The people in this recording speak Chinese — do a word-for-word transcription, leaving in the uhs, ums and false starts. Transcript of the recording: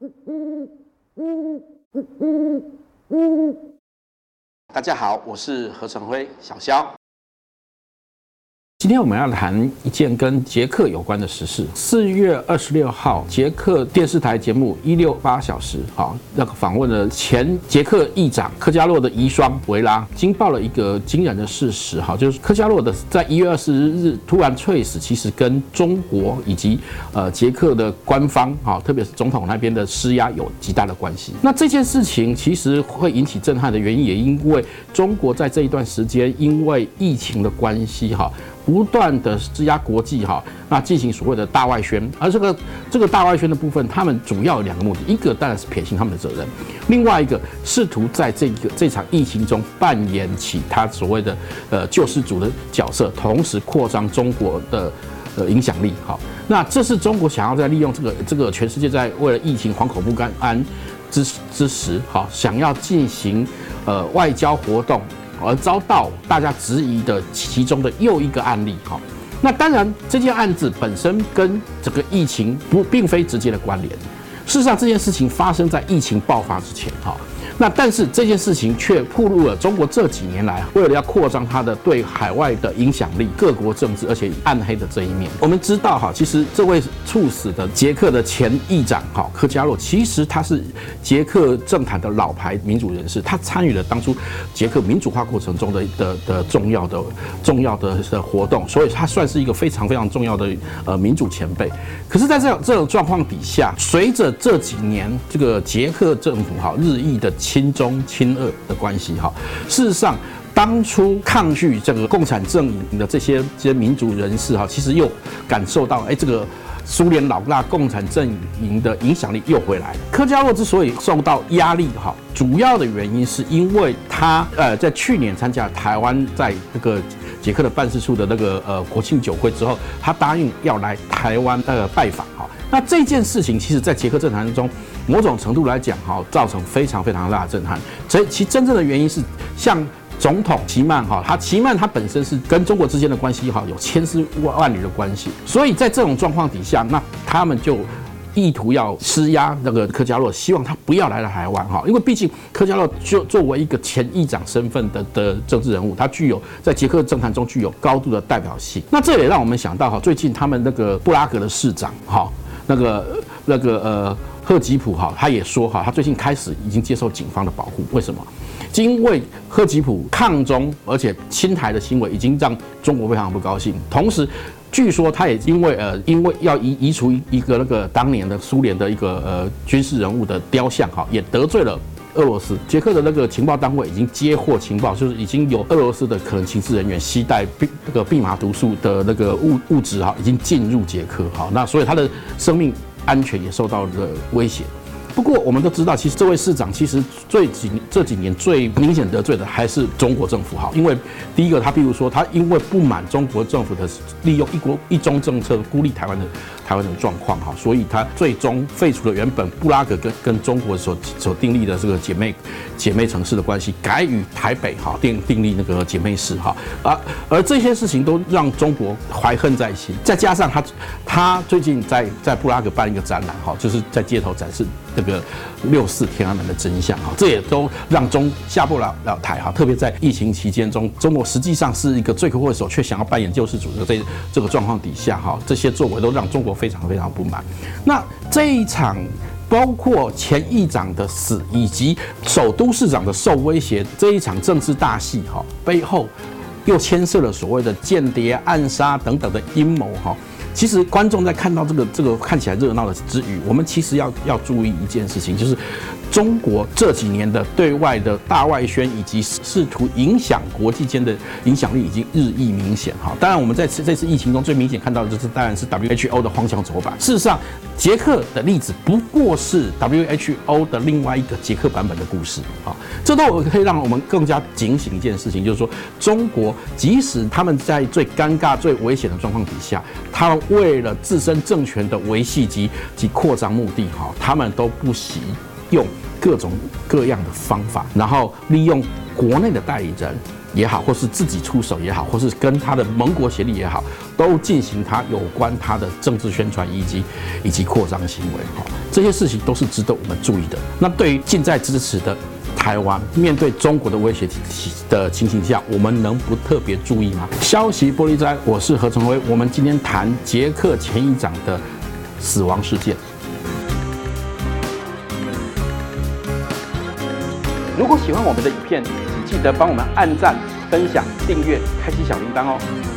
大家好，我是何成辉，小肖。 今天我们要谈一件跟捷克有关的时事。四月二十六号，捷克电视台节目一六八小时，好，那个访问了前捷克议长科加洛的遗孀维拉，惊爆了一个惊人的事实，哈，就是科加洛的在一月二十日突然猝死，其实跟中国以及呃捷克的官方，哈，特别是总统那边的施压有极大的关系。那这件事情其实会引起震撼的原因，也因为中国在这一段时间因为疫情的关系，哈。不断的施压国际哈，那进行所谓的大外宣，而这个这个大外宣的部分，他们主要有两个目的，一个当然是撇清他们的责任，另外一个试图在这个这场疫情中扮演起他所谓的呃救世主的角色，同时扩张中国的呃影响力。好，那这是中国想要在利用这个这个全世界在为了疫情惶恐不安之之时，好，想要进行呃外交活动。而遭到大家质疑的其中的又一个案例，哈，那当然这件案子本身跟整个疫情不并非直接的关联。事实上，这件事情发生在疫情爆发之前，哈。那但是这件事情却暴露了中国这几年来为了要扩张它的对海外的影响力、各国政治而且暗黑的这一面。我们知道哈，其实这位猝死的捷克的前议长哈科加洛，其实他是捷克政坛的老牌民主人士，他参与了当初捷克民主化过程中的的的重要的重要的的活动，所以他算是一个非常非常重要的呃民主前辈。可是，在这种这种状况底下，随着这几年这个捷克政府哈日益的亲中亲俄的关系哈，事实上，当初抗拒这个共产阵营的这些这些民主人士哈，其实又感受到，哎，这个苏联老大共产阵营的影响力又回来了。科加洛之所以受到压力哈，主要的原因是因为他呃在去年参加台湾在这个捷克的办事处的那个呃国庆酒会之后，他答应要来台湾呃拜访哈。那这件事情其实在捷克政坛中，某种程度来讲哈，造成非常非常大的震撼。所以其真正的原因是，像总统齐曼哈，他齐曼他本身是跟中国之间的关系哈有千丝万缕的关系，所以在这种状况底下，那他们就意图要施压那个科加洛，希望他不要来到台湾哈，因为毕竟科加洛就作为一个前议长身份的的政治人物，他具有在捷克政坛中具有高度的代表性。那这也让我们想到哈，最近他们那个布拉格的市长哈，那个那个呃赫吉普哈，他也说哈，他最近开始已经接受警方的保护，为什么？因为赫吉普抗中而且亲台的行为已经让中国非常不高兴，同时。据说他也因为呃，因为要移移除一个那个当年的苏联的一个呃军事人物的雕像哈，也得罪了俄罗斯。捷克的那个情报单位已经接获情报，就是已经有俄罗斯的可能情治人员携带那个蓖麻毒素的那个物物质哈，已经进入捷克哈，那所以他的生命安全也受到了威胁。不过我们都知道，其实这位市长其实最几这几年最明显得罪的还是中国政府哈，因为第一个他比如说他因为不满中国政府的利用一国一中政策孤立台湾的台湾的状况哈，所以他最终废除了原本布拉格跟跟中国所所订立的这个姐妹姐妹城市的关系，改与台北哈订订立那个姐妹市哈啊，而这些事情都让中国怀恨在心，再加上他他最近在在布拉格办一个展览哈，就是在街头展示。这个六四天安门的真相哈，这也都让中下不了了台哈，特别在疫情期间中，中国实际上是一个罪魁祸首，却想要扮演救世主的这这个状况底下哈，这些作为都让中国非常非常不满。那这一场包括前议长的死以及首都市长的受威胁这一场政治大戏哈，背后又牵涉了所谓的间谍暗杀等等的阴谋哈。其实观众在看到这个这个看起来热闹的之余，我们其实要要注意一件事情，就是中国这几年的对外的大外宣以及试图影响国际间的影响力已经日益明显哈。当然，我们在这次疫情中最明显看到的就是当然是 W H O 的荒腔走板。事实上，捷克的例子不过是 W H O 的另外一个捷克版本的故事啊。这都可以让我们更加警醒一件事情，就是说，中国即使他们在最尴尬、最危险的状况底下，他们为了自身政权的维系及及扩张目的哈，他们都不惜用各种各样的方法，然后利用国内的代理人， 也好，或是自己出手也好，或是跟他的盟国协力也好，都进行他有关他的政治宣传以及以及扩张行为。哈，这些事情都是值得我们注意的。那对于近在咫尺的台湾，面对中国的威胁的情形下，我们能不特别注意吗？消息玻璃斋，我是何成辉。我们今天谈捷克前议长的死亡事件。如果喜欢我们的影片，请记得帮我们按赞、分享、订阅、开启小铃铛哦。